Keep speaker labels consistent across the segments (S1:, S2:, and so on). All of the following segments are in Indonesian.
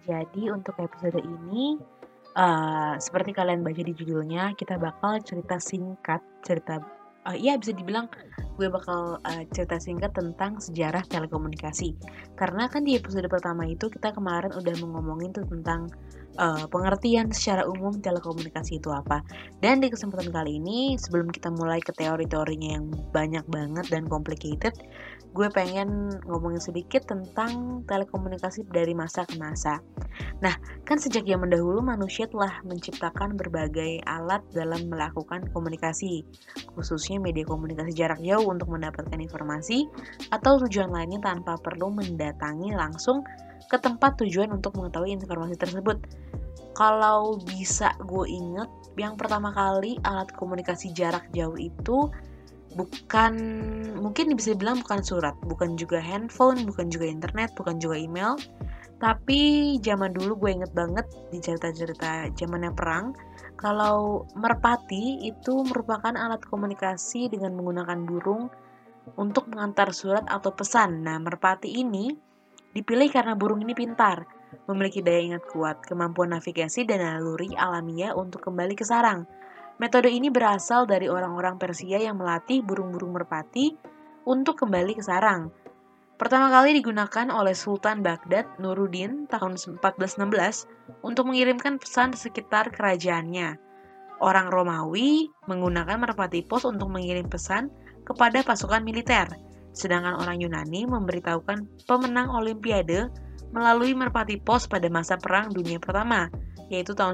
S1: Jadi untuk episode ini, seperti kalian baca di judulnya, kita bakal cerita singkat, iya bisa dibilang gue bakal cerita singkat tentang sejarah telekomunikasi. Karena kan di episode pertama itu kita kemarin udah ngomongin tuh tentang pengertian secara umum telekomunikasi itu apa. Dan di kesempatan kali ini, sebelum kita mulai ke teori-teorinya yang banyak banget dan complicated, gue pengen ngomongin sedikit tentang telekomunikasi dari masa ke masa. Nah, kan sejak zaman dahulu manusia telah menciptakan berbagai alat dalam melakukan komunikasi, khususnya media komunikasi jarak jauh untuk mendapatkan informasi atau tujuan lainnya tanpa perlu mendatangi langsung ke tempat tujuan untuk mengetahui informasi tersebut. Kalau bisa gue inget, yang pertama kali alat komunikasi jarak jauh itu mungkin bisa dibilang bukan surat, bukan juga handphone, bukan juga internet, bukan juga email. Tapi zaman dulu gue inget banget di cerita-cerita zamannya perang, kalau merpati itu merupakan alat komunikasi dengan menggunakan burung untuk mengantar surat atau pesan. Nah, merpati ini dipilih karena burung ini pintar, memiliki daya ingat kuat, kemampuan navigasi, dan naluri alamiah untuk kembali ke sarang. Metode ini berasal dari orang-orang Persia yang melatih burung-burung merpati untuk kembali ke sarang. Pertama kali digunakan oleh Sultan Baghdad Nuruddin tahun 1416 untuk mengirimkan pesan di sekitar kerajaannya. Orang Romawi menggunakan merpati pos untuk mengirim pesan kepada pasukan militer, sedangkan orang Yunani memberitahukan pemenang Olimpiade melalui merpati pos pada masa Perang Dunia Pertama, yaitu tahun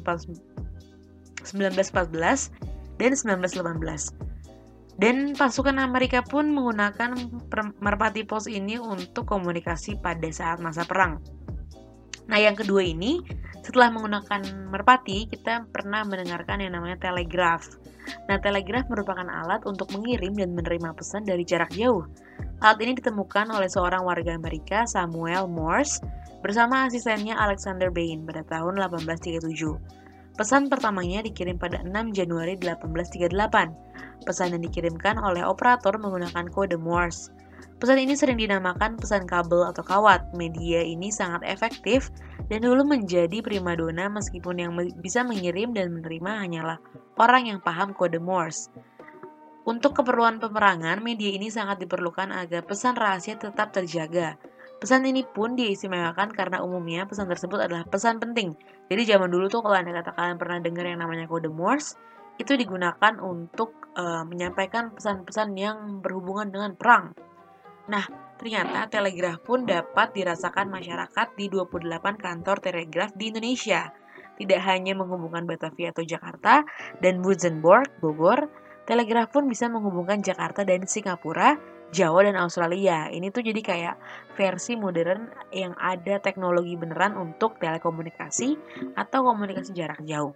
S1: 1914 dan 1918. Dan pasukan Amerika pun menggunakan merpati pos ini untuk komunikasi pada saat masa perang. Nah, yang kedua ini, setelah menggunakan merpati, kita pernah mendengarkan yang namanya telegraf. Nah, telegraf merupakan alat untuk mengirim dan menerima pesan dari jarak jauh. Alat ini ditemukan oleh seorang warga Amerika, Samuel Morse, bersama asistennya Alexander Bain pada tahun 1837. Pesan pertamanya dikirim pada 6 Januari 1838. Pesan yang dikirimkan oleh operator menggunakan kode Morse. Pesan ini sering dinamakan pesan kabel atau kawat. Media ini sangat efektif dan dulu menjadi primadona meskipun yang bisa mengirim dan menerima hanyalah orang yang paham kode Morse. Untuk keperluan peperangan, media ini sangat diperlukan agar pesan rahasia tetap terjaga. Pesan ini pun diistimewakan karena umumnya pesan tersebut adalah pesan penting. Jadi zaman dulu tuh kalau kalian pernah dengar yang namanya kode Morse, itu digunakan untuk menyampaikan pesan-pesan yang berhubungan dengan perang. Nah, ternyata telegraf pun dapat dirasakan masyarakat di 28 kantor telegraf di Indonesia. Tidak hanya menghubungkan Batavia atau Jakarta dan Woodzenburg, Bogor, telegraf pun bisa menghubungkan Jakarta dan Singapura, Jawa dan Australia. Ini tuh jadi kayak versi modern yang ada teknologi beneran untuk telekomunikasi atau komunikasi jarak jauh.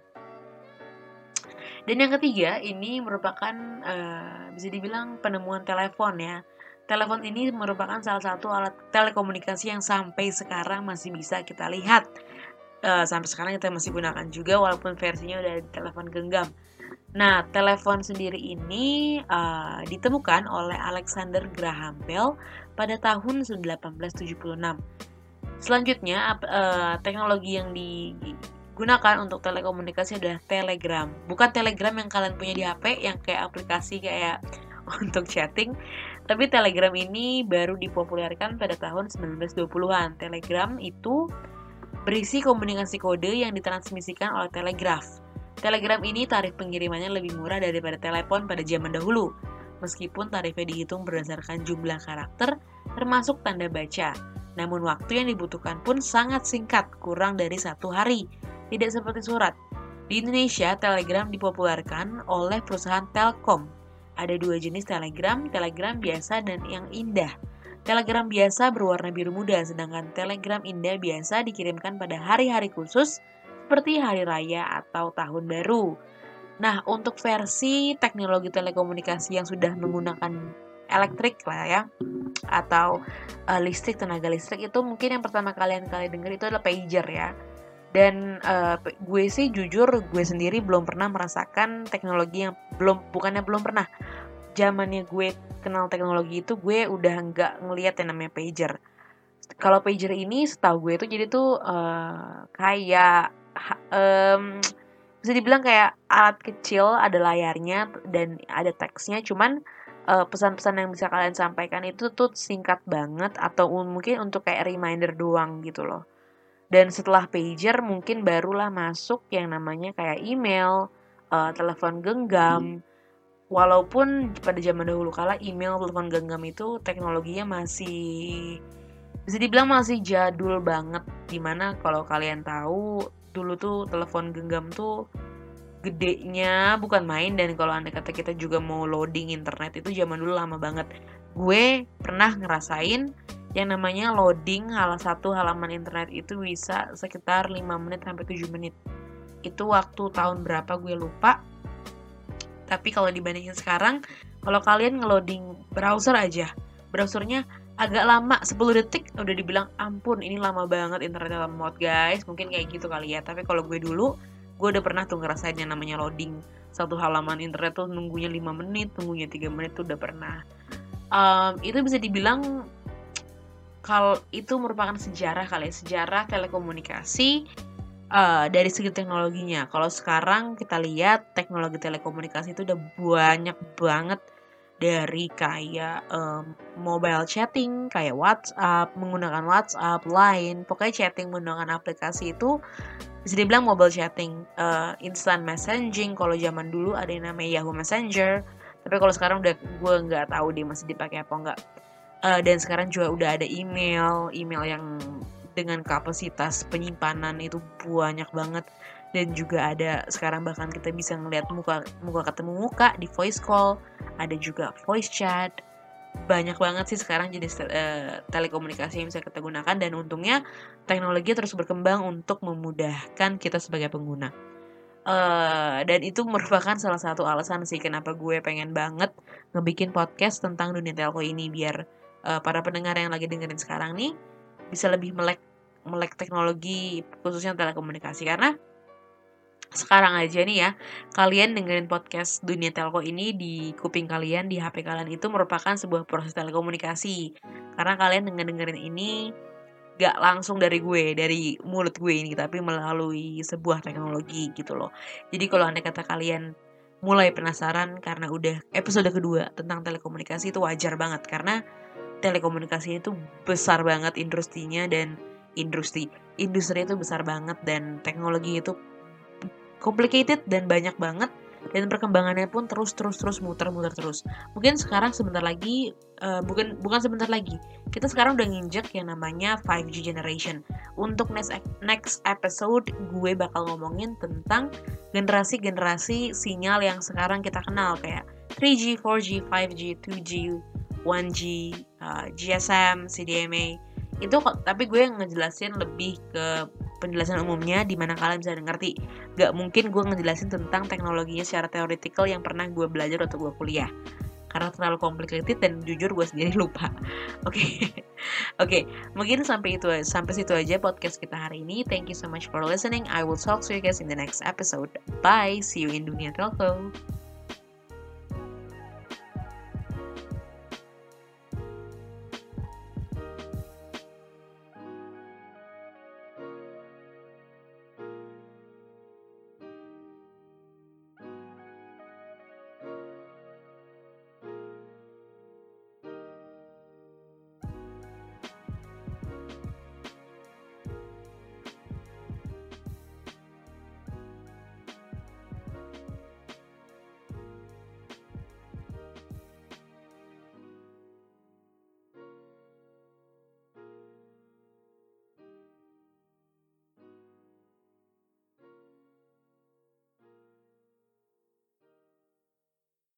S1: Dan yang ketiga, ini merupakan bisa dibilang penemuan telepon ya. Telepon ini merupakan salah satu alat telekomunikasi yang sampai sekarang masih bisa kita lihat. Sampai sekarang kita masih gunakan juga walaupun versinya udah telepon genggam. Nah, telepon sendiri ini ditemukan oleh Alexander Graham Bell pada tahun 1876. Selanjutnya, teknologi yang digunakan untuk telekomunikasi adalah telegram. Bukan telegram yang kalian punya di HP yang kayak aplikasi kayak untuk chatting, tapi telegram ini baru dipopulerkan pada tahun 1920-an. Telegram itu berisi komunikasi kode yang ditransmisikan oleh telegraf. Telegram ini tarif pengirimannya lebih murah daripada telepon pada zaman dahulu, meskipun tarifnya dihitung berdasarkan jumlah karakter, termasuk tanda baca. Namun waktu yang dibutuhkan pun sangat singkat, kurang dari 1 hari, tidak seperti surat. Di Indonesia, telegram dipopulerkan oleh perusahaan Telkom. Ada 2 jenis telegram biasa dan yang indah. Telegram biasa berwarna biru muda, sedangkan telegram indah biasa dikirimkan pada hari-hari khusus, seperti hari raya atau tahun baru. Nah, untuk versi teknologi telekomunikasi yang sudah menggunakan elektrik lah ya, atau tenaga listrik itu mungkin yang pertama kali dengar itu adalah pager ya. Dan gue sih jujur gue sendiri belum pernah merasakan teknologi yang belum pernah. Zamannya gue kenal teknologi itu gue udah nggak ngelihat yang namanya pager. Kalau pager ini setahu gue itu jadi tuh kayak bisa dibilang kayak alat kecil, ada layarnya dan ada teksnya, cuman pesan-pesan yang bisa kalian sampaikan itu tuh singkat banget atau mungkin untuk kayak reminder doang gitu loh. Dan setelah pager mungkin barulah masuk yang namanya kayak email, telepon genggam. Walaupun pada zaman dahulu kala email, telepon genggam itu teknologinya masih bisa dibilang masih jadul banget. Dimana kalau kalian tahu dulu tuh telepon genggam tuh gedenya bukan main, dan kalau andai kata kita juga mau loading internet itu zaman dulu lama banget. Gue pernah ngerasain yang namanya loading satu halaman internet itu bisa sekitar 5 menit sampai 7 menit. Itu waktu tahun berapa gue lupa. Tapi kalau dibandingin sekarang, kalau kalian ngeloading browser aja, browsernya agak lama, 10 detik udah dibilang ampun ini lama banget internetnya lemot guys. Mungkin kayak gitu kali ya. Tapi kalau gue dulu, gue udah pernah tuh ngerasain yang namanya loading satu halaman internet tuh nunggunya 5 menit, nunggunya 3 menit tuh udah pernah. Itu bisa dibilang kalau itu merupakan sejarah kali ya, sejarah telekomunikasi dari segi teknologinya. Kalau sekarang kita lihat teknologi telekomunikasi itu udah banyak banget, dari kayak mobile chatting, kayak WhatsApp, menggunakan WhatsApp, Line, pokoknya chatting menggunakan aplikasi itu bisa dibilang mobile chatting, instant messaging. Kalau zaman dulu ada yang namanya Yahoo Messenger, tapi kalau sekarang udah gue nggak tahu dia masih dipakai apa enggak. Dan sekarang juga udah ada email yang dengan kapasitas penyimpanan itu banyak banget, dan juga ada sekarang bahkan kita bisa ngeliat muka ketemu muka di voice call, ada juga voice chat. Banyak banget sih sekarang jenis telekomunikasi yang bisa kita gunakan, dan untungnya teknologi terus berkembang untuk memudahkan kita sebagai pengguna. Dan itu merupakan salah satu alasan sih kenapa gue pengen banget ngebikin podcast tentang dunia telco ini, biar para pendengar yang lagi dengerin sekarang nih bisa lebih melek teknologi, khususnya telekomunikasi. Karena sekarang aja nih ya, kalian dengerin podcast dunia telco ini di kuping kalian, di HP kalian, itu merupakan sebuah proses telekomunikasi. Karena kalian dengerin ini gak langsung dari gue, dari mulut gue ini, tapi melalui sebuah teknologi gitu loh. Jadi kalau andai kata kalian mulai penasaran karena udah episode kedua tentang telekomunikasi, itu wajar banget. Karena telekomunikasi itu besar banget industrinya, dan industri itu besar banget, dan teknologi itu complicated dan banyak banget, dan perkembangannya pun terus muter terus. Mungkin sekarang sebentar lagi bukan sebentar lagi, kita sekarang udah nginjek yang namanya 5G generation. Untuk next episode gue bakal ngomongin tentang generasi sinyal yang sekarang kita kenal, kayak 3G, 4G, 5G, 2G, 1G, GSM, CDMA. Itu tapi gue ngejelasin lebih ke penjelasan umumnya di mana kalian bisa ngerti. Gak mungkin gue ngejelasin tentang teknologinya secara teoretikal yang pernah gue belajar waktu gue kuliah, karena terlalu complicated dan jujur gue sendiri lupa. Oke, mungkin sampai situ aja podcast kita hari ini. Thank you so much for listening. I will talk to you guys in the next episode. Bye, see you in Dunia Telco.